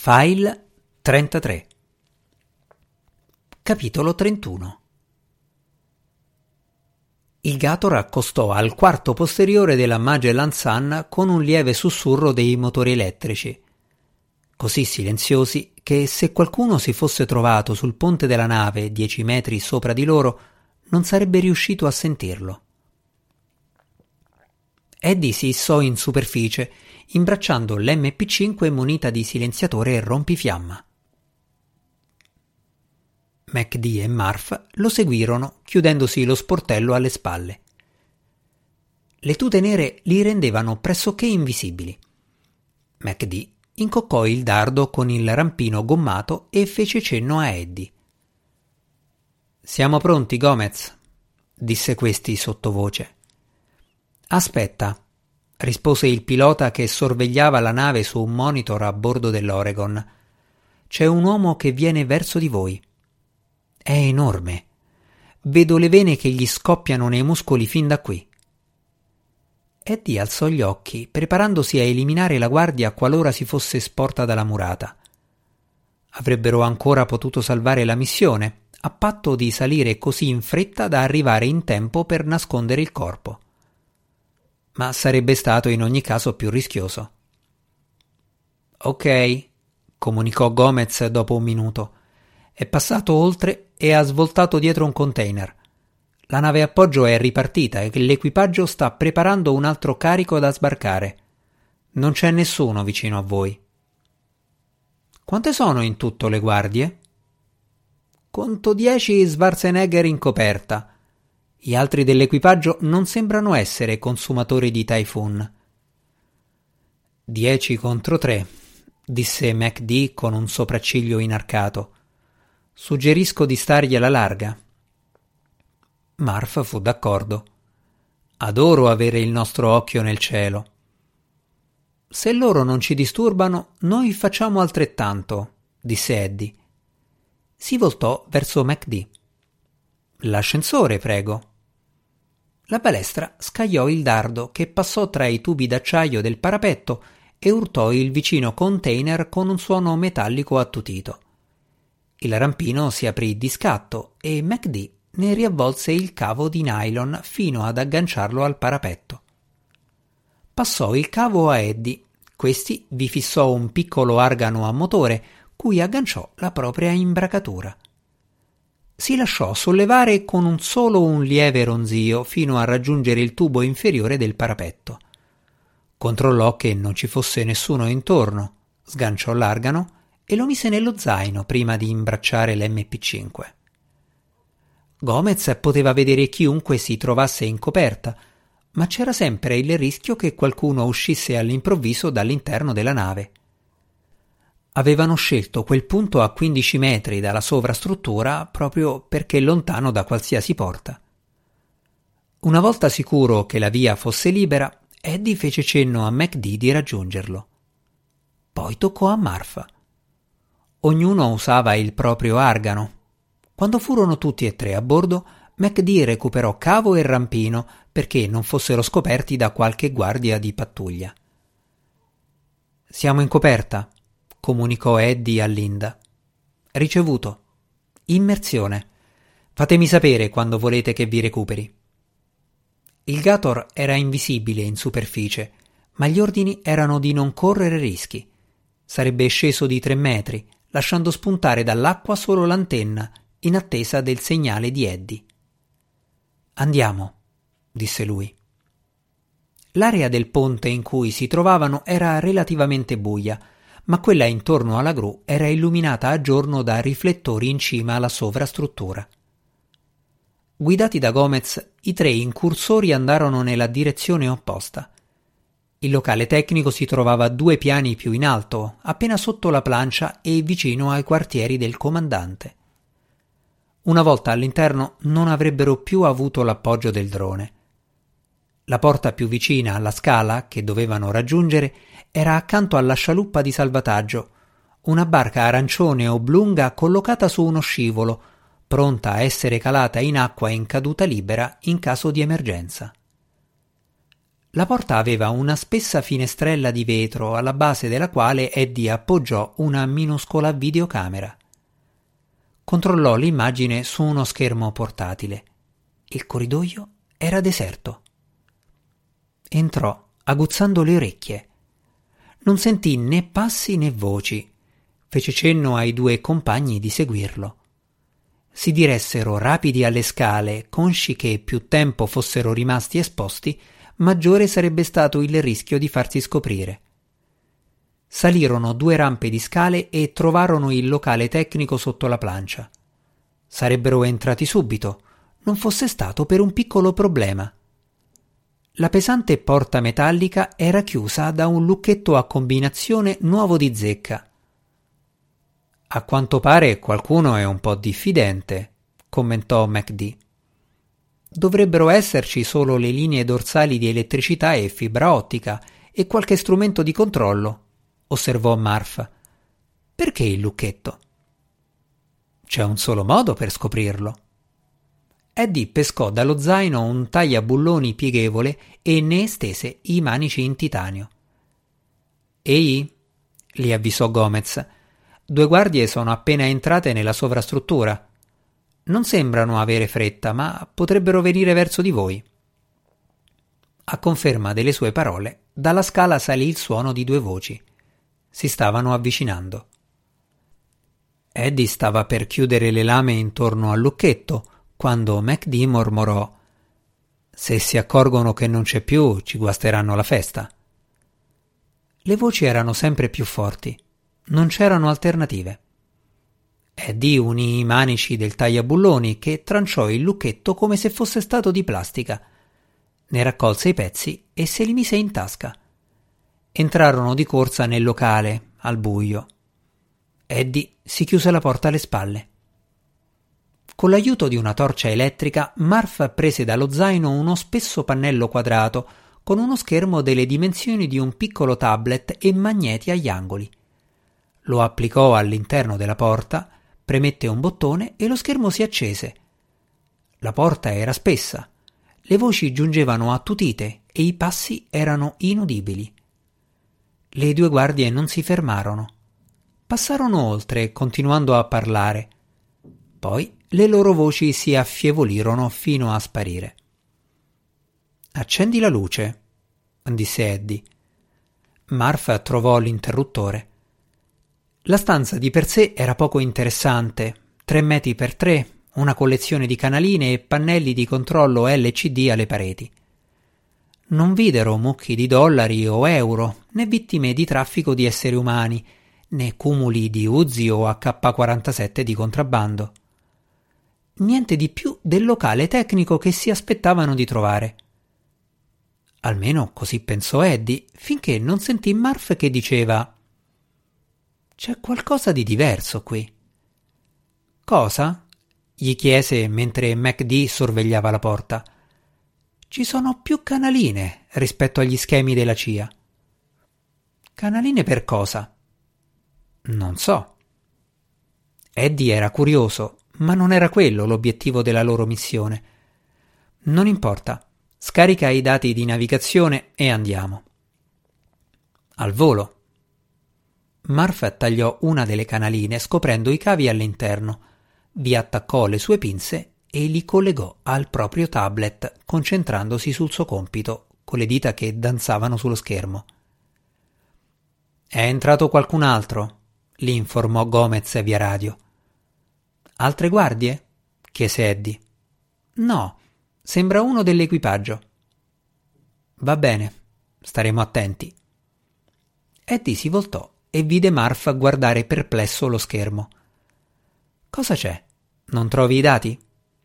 File 33. Capitolo 31. Il Gator accostò al quarto posteriore della Magellan Sun con un lieve sussurro dei motori elettrici, così silenziosi che se qualcuno si fosse trovato sul ponte della nave 10 metri sopra di loro non sarebbe riuscito a sentirlo. Eddie si issò in superficie, imbracciando l'MP5 munita di silenziatore e rompifiamma. MacD e Marv lo seguirono, chiudendosi lo sportello alle spalle. Le tute nere li rendevano pressoché invisibili. MacD incoccò il dardo con il rampino gommato e fece cenno a Eddie. «Siamo pronti, Gomez», disse questi sottovoce. «Aspetta», rispose il pilota che sorvegliava la nave su un monitor a bordo dell'Oregon. «C'è un uomo che viene verso di voi. È enorme. Vedo le vene che gli scoppiano nei muscoli fin da qui». Eddie alzò gli occhi, preparandosi a eliminare la guardia qualora si fosse sporta dalla murata. Avrebbero ancora potuto salvare la missione, a patto di salire così in fretta da arrivare in tempo per nascondere il corpo. Ma sarebbe stato in ogni caso più rischioso. «Ok», comunicò Gomez dopo un minuto. «È passato oltre e ha svoltato dietro un container. La nave appoggio è ripartita e l'equipaggio sta preparando un altro carico da sbarcare. Non c'è nessuno vicino a voi». «Quante sono in tutto le guardie?» «Conto 10 Schwarzenegger in coperta. Gli altri dell'equipaggio non sembrano essere consumatori di Typhoon». 10 contro 3, disse MacD con un sopracciglio inarcato. «Suggerisco di stargli alla larga». Marv fu d'accordo. «Adoro avere il nostro occhio nel cielo». «Se loro non ci disturbano, noi facciamo altrettanto», disse Eddie. Si voltò verso MacD. «L'ascensore, prego». La balestra scagliò il dardo che passò tra i tubi d'acciaio del parapetto e urtò il vicino container con un suono metallico attutito. Il rampino si aprì di scatto e MacD ne riavvolse il cavo di nylon fino ad agganciarlo al parapetto. Passò il cavo a Eddie. Questi vi fissò un piccolo argano a motore cui agganciò la propria imbracatura. Si lasciò sollevare con un lieve ronzio fino a raggiungere il tubo inferiore del parapetto. Controllò che non ci fosse nessuno intorno, sganciò l'argano e lo mise nello zaino prima di imbracciare l'MP5. Gomez poteva vedere chiunque si trovasse in coperta, ma c'era sempre il rischio che qualcuno uscisse all'improvviso dall'interno della nave. Avevano scelto quel punto a 15 metri dalla sovrastruttura proprio perché lontano da qualsiasi porta. Una volta sicuro che la via fosse libera, Eddie fece cenno a MacD di raggiungerlo. Poi toccò a Marv. Ognuno usava il proprio argano. Quando furono tutti e tre a bordo, MacD recuperò cavo e rampino perché non fossero scoperti da qualche guardia di pattuglia. «Siamo in coperta», comunicò Eddie a Linda. «Ricevuto. Immersione. Fatemi sapere quando volete che vi recuperi». Il Gator era invisibile in superficie, ma gli ordini erano di non correre rischi. Sarebbe sceso di 3 metri, lasciando spuntare dall'acqua solo l'antenna, in attesa del segnale di Eddie. «Andiamo», disse lui. L'area del ponte in cui si trovavano era relativamente buia, ma quella intorno alla gru era illuminata a giorno da riflettori in cima alla sovrastruttura. Guidati da Gomez, i 3 incursori andarono nella direzione opposta. Il locale tecnico si trovava 2 piani più in alto, appena sotto la plancia e vicino ai quartieri del comandante. Una volta all'interno non avrebbero più avuto l'appoggio del drone. La porta più vicina alla scala, che dovevano raggiungere, era accanto alla scialuppa di salvataggio, una barca arancione oblunga collocata su uno scivolo, pronta a essere calata in acqua in caduta libera in caso di emergenza. La porta aveva una spessa finestrella di vetro alla base della quale Eddie appoggiò una minuscola videocamera. Controllò l'immagine su uno schermo portatile. Il corridoio era deserto. Entrò, aguzzando le orecchie. Non sentì né passi né voci. Fece cenno ai due compagni di seguirlo. Si diressero rapidi alle scale, consci che più tempo fossero rimasti esposti, maggiore sarebbe stato il rischio di farsi scoprire. Salirono 2 rampe di scale e trovarono il locale tecnico sotto la plancia. Sarebbero entrati subito, non fosse stato per un piccolo problema. La pesante porta metallica era chiusa da un lucchetto a combinazione nuovo di zecca. «A quanto pare qualcuno è un po' diffidente», commentò MacD. «Dovrebbero esserci solo le linee dorsali di elettricità e fibra ottica e qualche strumento di controllo», osservò Marf. «Perché il lucchetto?» «C'è un solo modo per scoprirlo». Eddie pescò dallo zaino un tagliabulloni pieghevole e ne estese i manici in titanio. «Ehi», li avvisò Gomez, 2 guardie sono appena entrate nella sovrastruttura. Non sembrano avere fretta, ma potrebbero venire verso di voi. A conferma delle sue parole, dalla scala salì il suono di 2 voci. Si stavano avvicinando. Eddie stava per chiudere le lame intorno al lucchetto, quando MacD mormorò: «Se si accorgono che non c'è più, ci guasteranno la festa». Le voci erano sempre più forti. Non c'erano alternative. Eddie unì i manici del tagliabulloni che tranciò il lucchetto come se fosse stato di plastica. Ne raccolse i pezzi e se li mise in tasca. Entrarono di corsa nel locale, al buio. Eddie si chiuse la porta alle spalle. Con l'aiuto di una torcia elettrica, Marf prese dallo zaino uno spesso pannello quadrato con uno schermo delle dimensioni di un piccolo tablet e magneti agli angoli. Lo applicò all'interno della porta, premette un bottone e lo schermo si accese. La porta era spessa, le voci giungevano attutite e i passi erano inudibili. Le 2 guardie non si fermarono. Passarono oltre, continuando a parlare. Poi le loro voci si affievolirono fino a sparire. «Accendi la luce», disse Eddie. Marf trovò l'interruttore. La stanza di per sé era poco interessante, 3 metri per 3, una collezione di canaline e pannelli di controllo LCD alle pareti. Non videro mucchi di dollari o euro, né vittime di traffico di esseri umani, né cumuli di Uzi o AK-47 di contrabbando. Niente di più del locale tecnico che si aspettavano di trovare. Almeno così pensò Eddie, finché non sentì Marf che diceva: «C'è qualcosa di diverso qui». «Cosa?» gli chiese mentre MacD sorvegliava la porta. «Ci sono più canaline rispetto agli schemi della CIA». «Canaline per cosa?» «Non so». Eddie era curioso, ma non era quello l'obiettivo della loro missione. «Non importa, scarica i dati di navigazione e andiamo». «Al volo». Marf tagliò una delle canaline scoprendo i cavi all'interno, vi attaccò le sue pinze e li collegò al proprio tablet, concentrandosi sul suo compito, con le dita che danzavano sullo schermo. «È entrato qualcun altro?» li informò Gomez via radio. «Altre guardie?» chiese Eddie. «No, sembra uno dell'equipaggio». «Va bene, staremo attenti». Eddie si voltò e vide Marf guardare perplesso lo schermo. «Cosa c'è? Non trovi i dati?»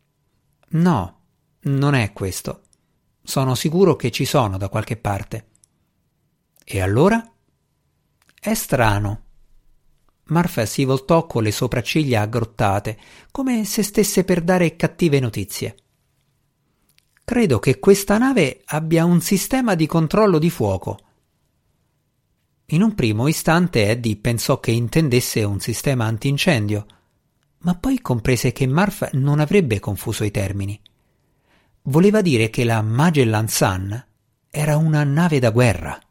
«No, non è questo. Sono sicuro che ci sono da qualche parte». «E allora?» «È strano». Marf si voltò con le sopracciglia aggrottate, come se stesse per dare cattive notizie. «Credo che questa nave abbia un sistema di controllo di fuoco». In un primo istante Eddie pensò che intendesse un sistema antincendio, ma poi comprese che Marf non avrebbe confuso i termini. Voleva dire che la Magellan Sun Era una nave da guerra.